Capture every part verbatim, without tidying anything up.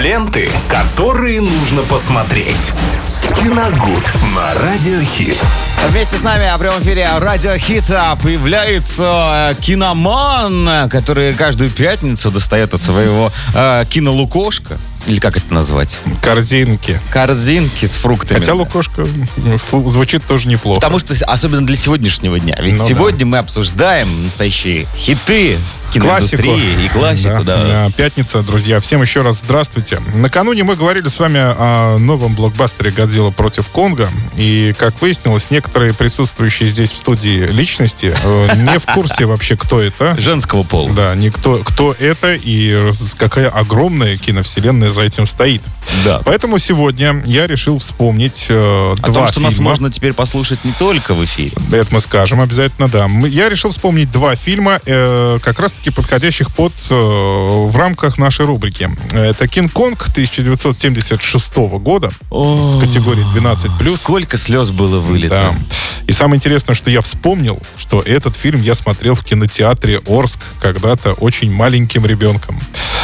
Ленты, которые нужно посмотреть. Киногуд на Радиохит. Вместе с нами в прямом эфире Радиохита появляется киноман, который каждую пятницу достает от своего э, кинолукошка. Или как это назвать? Корзинки. Корзинки с фруктами. Хотя лукошка звучит тоже неплохо. Потому что, особенно для сегодняшнего дня. Ведь ну, сегодня да. мы обсуждаем настоящие хиты киноиндустрии и классику. Да. Да. Пятница, друзья. Всем еще раз здравствуйте. Накануне мы говорили с вами о новом блокбастере «Годзилла против Конга». И, как выяснилось, некоторые присутствующие здесь в студии личности не в курсе вообще, кто это. Женского пола. Да, никто, кто это и какая огромная киновселенная за этим стоит. Да. Поэтому сегодня я решил вспомнить э, два фильма. О том, что нас можно теперь послушать не только в эфире. Это мы скажем обязательно, да. Я решил вспомнить два фильма, э, как раз-таки подходящих под э, в рамках нашей рубрики. Это «Кинг-Конг» тысяча девятьсот семьдесят шестого года. О, с категории двенадцать плюс. Сколько слез было вылито. Да. И самое интересное, что я вспомнил, что этот фильм я смотрел в кинотеатре «Орск» когда-то очень маленьким ребенком.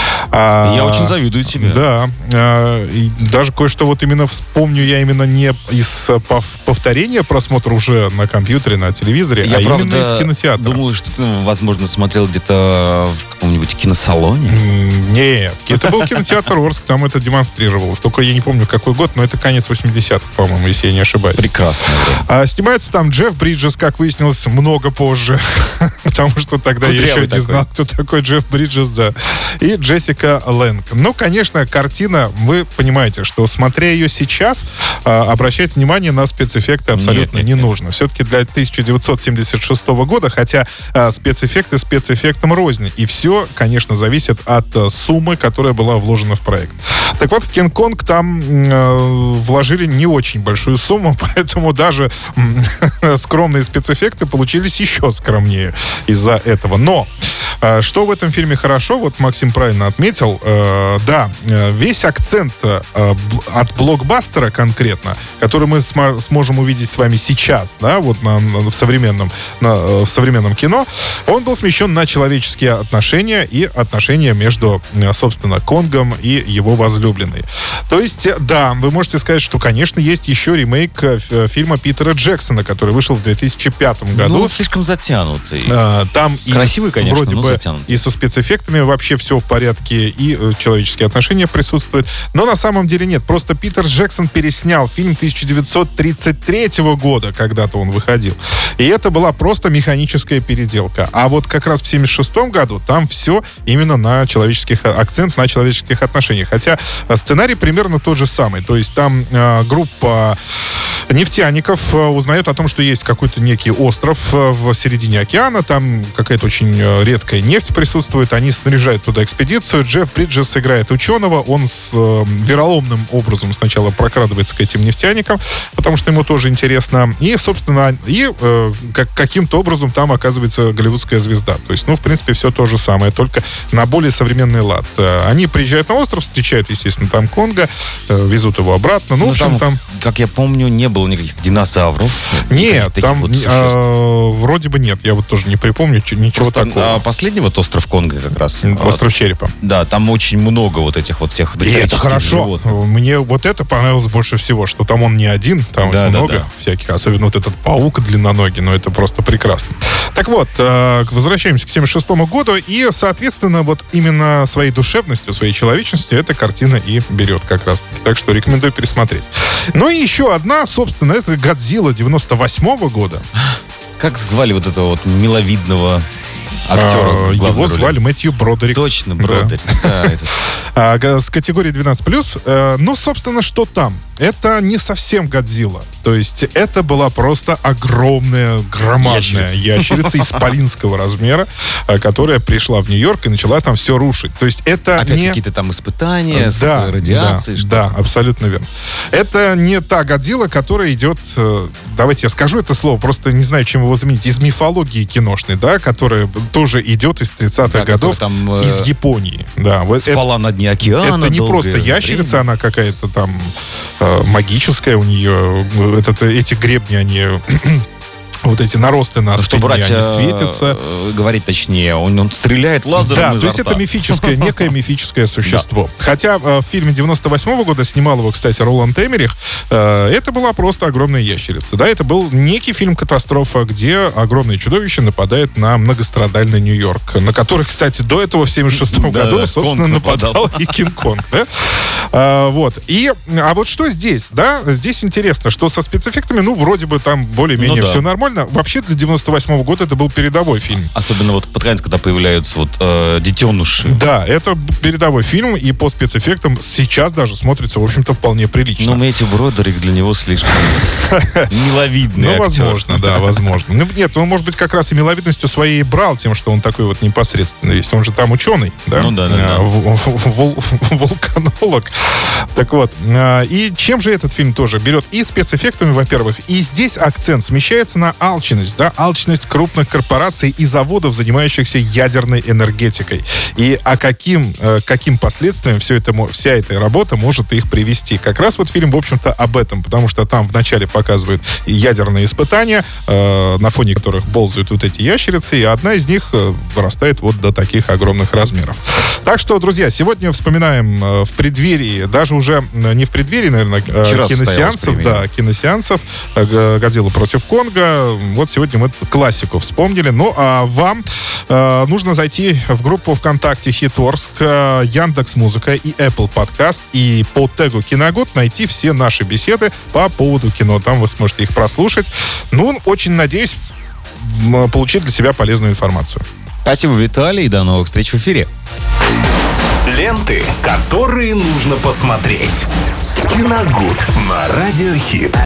А, я очень завидую тебе. Да. А, и даже кое-что вот именно вспомню я именно не из повторения просмотра уже на компьютере, на телевизоре, я, а правда, именно из кинотеатра. Думаю, что ты, возможно, смотрел где-то в каком-нибудь киносалоне. Нет, это был кинотеатр Орск, там это демонстрировалось. Только я не помню, какой год, но это конец восьмидесятых, по-моему, если я не ошибаюсь. Прекрасно. А, снимается там Джефф Бриджес, как выяснилось, много позже. Потому что тогда я еще не знал, кто такой Джефф Бриджес, да. И Джессика Лэнг. Ну, конечно, картина, вы понимаете, что смотря ее сейчас, а, обращать внимание на спецэффекты абсолютно нет, нет, не нужно. Нет. Все-таки для тысяча девятьсот семьдесят шестого года, хотя а, спецэффекты спецэффектом рознь. И все, конечно, зависит от а, суммы, которая была вложена в проект. Так вот, в «Кинг-Конг» там э, вложили не очень большую сумму, поэтому даже э, скромные спецэффекты получились еще скромнее из-за этого. Но э, что в этом фильме хорошо, вот Максим правильно отметил, э, да, весь акцент э, от блокбастера конкретно, который мы см- сможем увидеть с вами сейчас, да, вот на, на, в, современном, на, в современном кино, он был смещен на человеческие отношения и отношения между, собственно, Конгом и его возлюбленной. То есть, да, вы можете сказать, что, конечно, есть еще ремейк фильма Питера Джексона, который вышел в две тысячи пятом году. Ну, он слишком затянутый. Там красивый, и, конечно, вроде но бы затянутый. И со спецэффектами вообще все в порядке, и человеческие отношения присутствуют. Но на самом деле нет. Просто Питер Джексон переснял фильм тысяча девятьсот тридцать третьего года, когда-то он выходил. И это была просто механическая переделка. А вот как раз в семьдесят шестом году там все именно на человеческих, акцент на человеческих отношениях. Хотя сценарий примерно тот же самый. То есть там э, группа нефтяников э, узнает о том, что есть какой-то некий остров э, в середине океана. Там какая-то очень э, редкая нефть присутствует. Они снаряжают туда экспедицию. Джефф Бриджес играет ученого. Он с э, вероломным образом сначала прокрадывается к этим нефтяникам, потому что ему тоже интересно. И, собственно, и э, как, каким-то образом там оказывается голливудская звезда. То есть, ну, в принципе, все то же самое, только на более современный лад. Они приезжают на остров, встречают, естественно, там Конга, э, везут его обратно. Ну, Но в общем, там, там, как я помню, не было никаких динозавров. Нет, там вот э, вроде бы нет. Я вот тоже не припомню ничего Просто, такого. А, последний вот остров Конга как раз. Остров Черепа. Да, там очень много вот этих вот всех И это хорошо. животных. Мне вот это понравилось больше всего, что там он не один, там да, много да, да. всяких. Особенно вот этот паук длинноногий, но это просто прекрасно. Так вот, э, возвращаемся к семьдесят шестому году, и, соответственно, вот именно своей душевностью, своей человечностью эта картина и берет как раз. Так что рекомендую пересмотреть. Ну и еще одна, собственно, это «Годзилла» девяносто восьмого года. Как звали вот этого вот миловидного актера? А, его звали Мэтью Бродерик. Точно, Бродерик. Да. Да, это... а, с категории двенадцать плюс. А, ну, собственно, что там? Это не совсем «Годзилла». То есть это была просто огромная, громадная ящерица, ящерица исполинского размера, которая пришла в Нью-Йорк и начала там все рушить. То есть это Опять не... какие-то там испытания да, с радиацией. Да, да, абсолютно верно. Это не та «Годзилла», которая идет... Давайте я скажу это слово, просто не знаю, чем его заменить. Из мифологии киношной, да, которая тоже идет из тридцатых да, годов там, из Японии. Да, спала это, на дне океана. Это не просто ящерица, время. Она какая-то там магическая у нее. Этот, эти гребни, они вот эти наросты на Что спине, брать, они светятся. э, говорить точнее, он, он стреляет лазером Да, изо то есть рта. это мифическое, некое мифическое существо. Хотя э, в фильме девяносто восьмого года снимал его, кстати, Роланд Эммерих, э, это была просто огромная ящерица. Да, это был некий фильм-катастрофа, где огромное чудовище нападает на многострадальный Нью-Йорк, на который, кстати, до этого в семьдесят шестом Да, году, да, собственно, Конг нападал нападал. и Кинг-Конг. Да? А, вот. И, а вот что здесь, да? Здесь интересно, что со спецэффектами, ну, вроде бы там более-менее Ну да. все нормально. Вообще для девяносто восьмого года это был передовой фильм. Особенно вот под конец, когда появляются вот э, детеныши. Да, это передовой фильм, и по спецэффектам сейчас даже смотрится, в общем-то, вполне прилично. Но Мэтью Бродерик для него слишком миловидный Ну, актер. возможно, да, возможно. Ну, нет, он, может быть, как раз и миловидностью своей брал тем, что он такой вот непосредственный. Если он же там ученый, да? Ну да, да, да. А, в- в- вул- Вулканолог. Так вот, а, и чем же этот фильм тоже берет? И спецэффектами, во-первых, и здесь акцент смещается на алчность, да, алчность крупных корпораций и заводов, занимающихся ядерной энергетикой. И а каким, э, каким последствиям все это, мо- вся эта работа может их привести. Как раз вот фильм, в общем-то, об этом, потому что там вначале показывают ядерные испытания, э, на фоне которых ползают вот эти ящерицы, и одна из них э, вырастает вот до таких огромных размеров. Так что, друзья, сегодня вспоминаем э, в преддверии, даже уже э, не в преддверии, наверное, э, Вчера киносеансов, состоялось да, киносеансов э, «Годзилла против Конга». Вот сегодня мы классику вспомнили. Ну, а вам э, нужно зайти в группу ВКонтакте «Хиторск», э, Яндекс.Музыка и Apple Podcast, и по тегу «Киногод» найти все наши беседы по поводу кино. Там вы сможете их прослушать. Ну, очень надеюсь м, получить для себя полезную информацию. Спасибо, Виталий, и до новых встреч в эфире. Ленты, которые нужно посмотреть. Киногуд на Радиохит.